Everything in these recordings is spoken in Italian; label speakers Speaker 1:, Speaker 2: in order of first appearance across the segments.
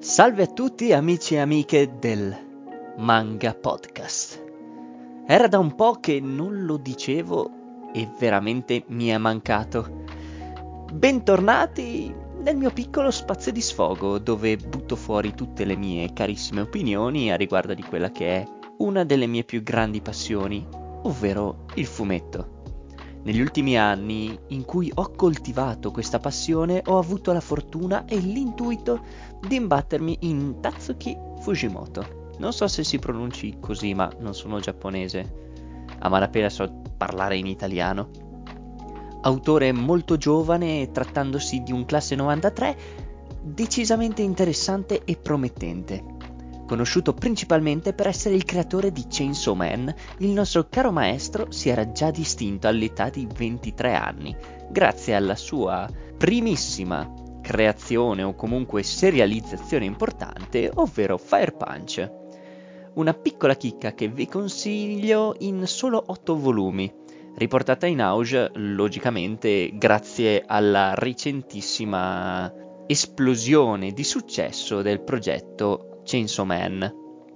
Speaker 1: Salve a tutti amici e amiche del Manga Podcast. Era da un po' che non lo dicevo e veramente mi è mancato. Bentornati nel mio piccolo spazio di sfogo dove butto fuori tutte le mie carissime opinioni a riguardo di quella che è una delle mie più grandi passioni, ovvero il fumetto. Negli ultimi anni in cui ho coltivato questa passione ho avuto la fortuna e l'intuito di imbattermi in Tatsuki Fujimoto. Non so se si pronunci così, ma non sono giapponese. A malapena so parlare in italiano. Autore molto giovane, trattandosi di un classe 93, decisamente interessante e promettente. Conosciuto principalmente per essere il creatore di Chainsaw Man, il nostro caro maestro si era già distinto all'età di 23 anni, grazie alla sua primissima creazione o comunque serializzazione importante, ovvero Fire Punch. Una piccola chicca che vi consiglio in solo 8 volumi, riportata in auge logicamente grazie alla recentissima esplosione di successo del progetto Chainsaw Man.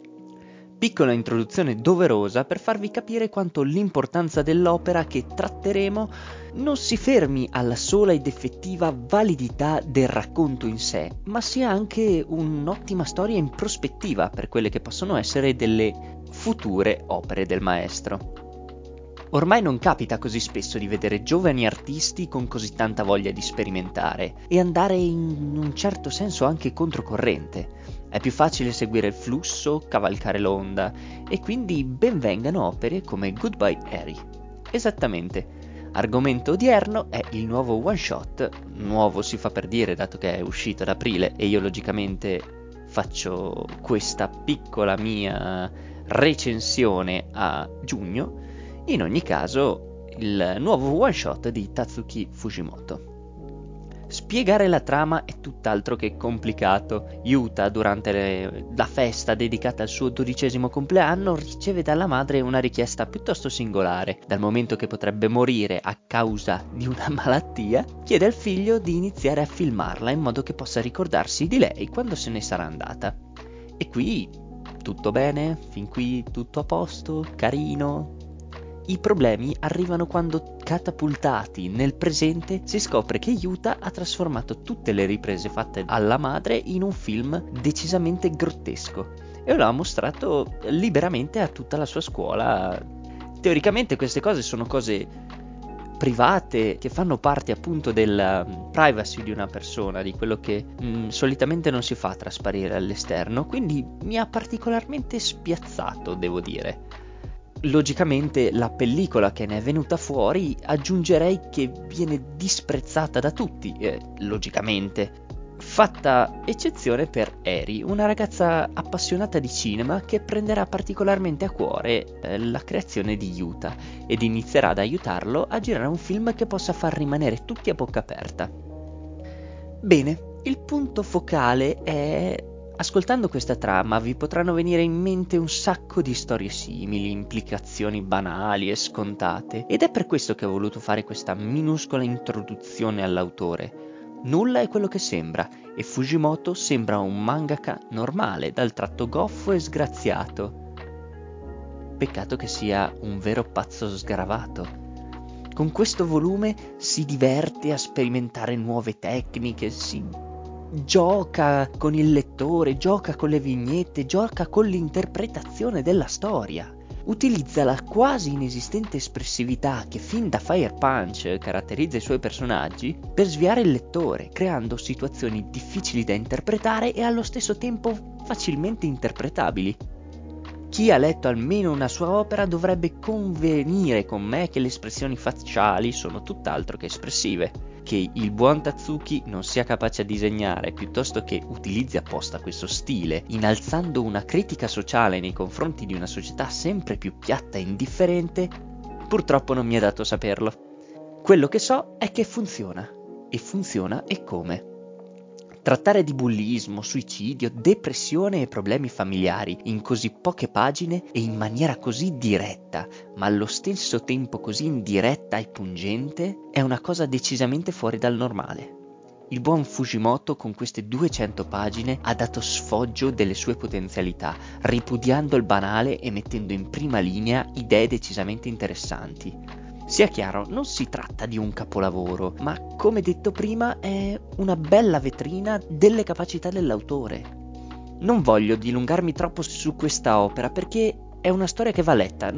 Speaker 1: Piccola introduzione doverosa per farvi capire quanto l'importanza dell'opera che tratteremo non si fermi alla sola ed effettiva validità del racconto in sé, ma sia anche un'ottima storia in prospettiva per quelle che possono essere delle future opere del maestro. Ormai non capita così spesso di vedere giovani artisti con così tanta voglia di sperimentare e andare in un certo senso anche controcorrente. È più facile seguire il flusso, cavalcare l'onda, e quindi benvengano opere come Goodbye Harry. Esattamente. Argomento odierno è il nuovo one shot, nuovo si fa per dire dato che è uscito ad aprile e io logicamente faccio questa piccola mia recensione a giugno. In ogni caso, il nuovo one shot di Tatsuki Fujimoto. Spiegare la trama è tutt'altro che complicato. Yuta, durante la festa dedicata al suo 12° compleanno, riceve dalla madre una richiesta piuttosto singolare. Dal momento che potrebbe morire a causa di una malattia, chiede al figlio di iniziare a filmarla in modo che possa ricordarsi di lei quando se ne sarà andata. E qui tutto bene? Fin qui tutto a posto? Carino? I problemi arrivano quando, catapultati nel presente, si scopre che Yuta ha trasformato tutte le riprese fatte alla madre in un film decisamente grottesco e lo ha mostrato liberamente a tutta la sua scuola. Teoricamente queste cose sono cose private che fanno parte appunto della privacy di una persona, di quello che solitamente non si fa trasparire all'esterno, quindi mi ha particolarmente spiazzato, devo dire. Logicamente la pellicola che ne è venuta fuori aggiungerei che viene disprezzata da tutti, logicamente. Fatta eccezione per Eri, una ragazza appassionata di cinema che prenderà particolarmente a cuore la creazione di Yuta ed inizierà ad aiutarlo a girare un film che possa far rimanere tutti a bocca aperta. Bene, il punto focale è: ascoltando questa trama vi potranno venire in mente un sacco di storie simili, implicazioni banali e scontate, ed è per questo che ho voluto fare questa minuscola introduzione all'autore. Nulla è quello che sembra, e Fujimoto sembra un mangaka normale, dal tratto goffo e sgraziato. Peccato che sia un vero pazzo sgravato. Con questo volume si diverte a sperimentare nuove tecniche, si gioca con il lettore, gioca con le vignette, gioca con l'interpretazione della storia. Utilizza la quasi inesistente espressività che fin da Fire Punch caratterizza i suoi personaggi per sviare il lettore, creando situazioni difficili da interpretare e allo stesso tempo facilmente interpretabili. Chi ha letto almeno una sua opera dovrebbe convenire con me che le espressioni facciali sono tutt'altro che espressive, che il buon Tatsuki non sia capace a disegnare piuttosto che utilizzi apposta questo stile, innalzando una critica sociale nei confronti di una società sempre più piatta e indifferente, purtroppo non mi è dato saperlo. Quello che so è che funziona, e funziona e come. Trattare di bullismo, suicidio, depressione e problemi familiari in così poche pagine e in maniera così diretta, ma allo stesso tempo così indiretta e pungente, è una cosa decisamente fuori dal normale. Il buon Fujimoto con queste 200 pagine ha dato sfoggio delle sue potenzialità, ripudiando il banale e mettendo in prima linea idee decisamente interessanti. Sia chiaro, non si tratta di un capolavoro, ma come detto prima è una bella vetrina delle capacità dell'autore. Non voglio dilungarmi troppo su questa opera perché è una storia che va letta,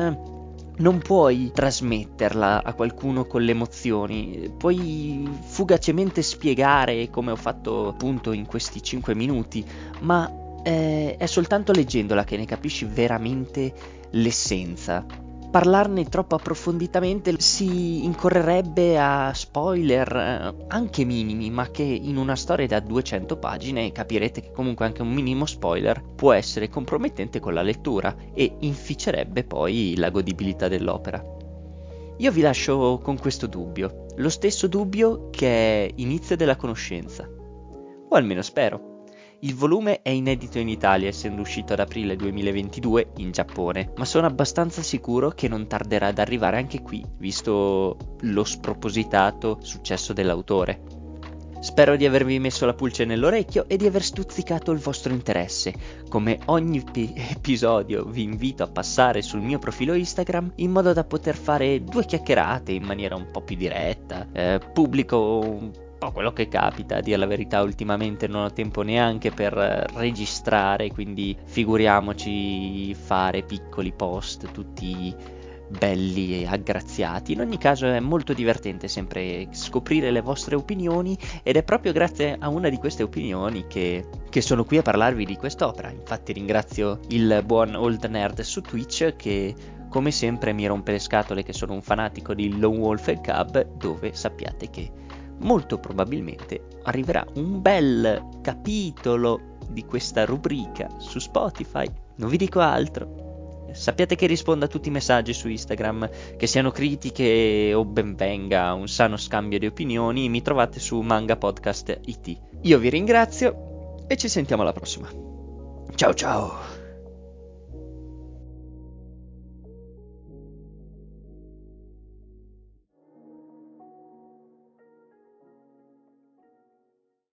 Speaker 1: non puoi trasmetterla a qualcuno con le emozioni, puoi fugacemente spiegare come ho fatto appunto in questi 5 minuti, ma è soltanto leggendola che ne capisci veramente l'essenza. Parlarne troppo approfonditamente si incorrerebbe a spoiler anche minimi, ma che in una storia da 200 pagine capirete che comunque anche un minimo spoiler può essere compromettente con la lettura e inficerebbe poi la godibilità dell'opera. Io vi lascio con questo dubbio, lo stesso dubbio che è inizio della conoscenza, o almeno spero. Il volume è inedito in Italia, essendo uscito ad aprile 2022 in Giappone, ma sono abbastanza sicuro che non tarderà ad arrivare anche qui, visto lo spropositato successo dell'autore. Spero di avervi messo la pulce nell'orecchio e di aver stuzzicato il vostro interesse. Come ogni episodio vi invito a passare sul mio profilo Instagram in modo da poter fare 2 chiacchierate in maniera un po' più diretta. Pubblico un po' quello che capita, a dire la verità ultimamente non ho tempo neanche per registrare, quindi figuriamoci fare piccoli post tutti belli e aggraziati. In ogni caso è molto divertente sempre scoprire le vostre opinioni ed è proprio grazie a una di queste opinioni che sono qui a parlarvi di quest'opera. Infatti ringrazio il buon Old Nerd su Twitch che come sempre mi rompe le scatole che sono un fanatico di Lone Wolf and Cub, dove sappiate che molto probabilmente arriverà un bel capitolo di questa rubrica su Spotify. Non vi dico altro. Sappiate che rispondo a tutti i messaggi su Instagram, che siano critiche o benvenga un sano scambio di opinioni, mi trovate su Manga Podcast IT. Io vi ringrazio e ci sentiamo alla prossima. Ciao ciao!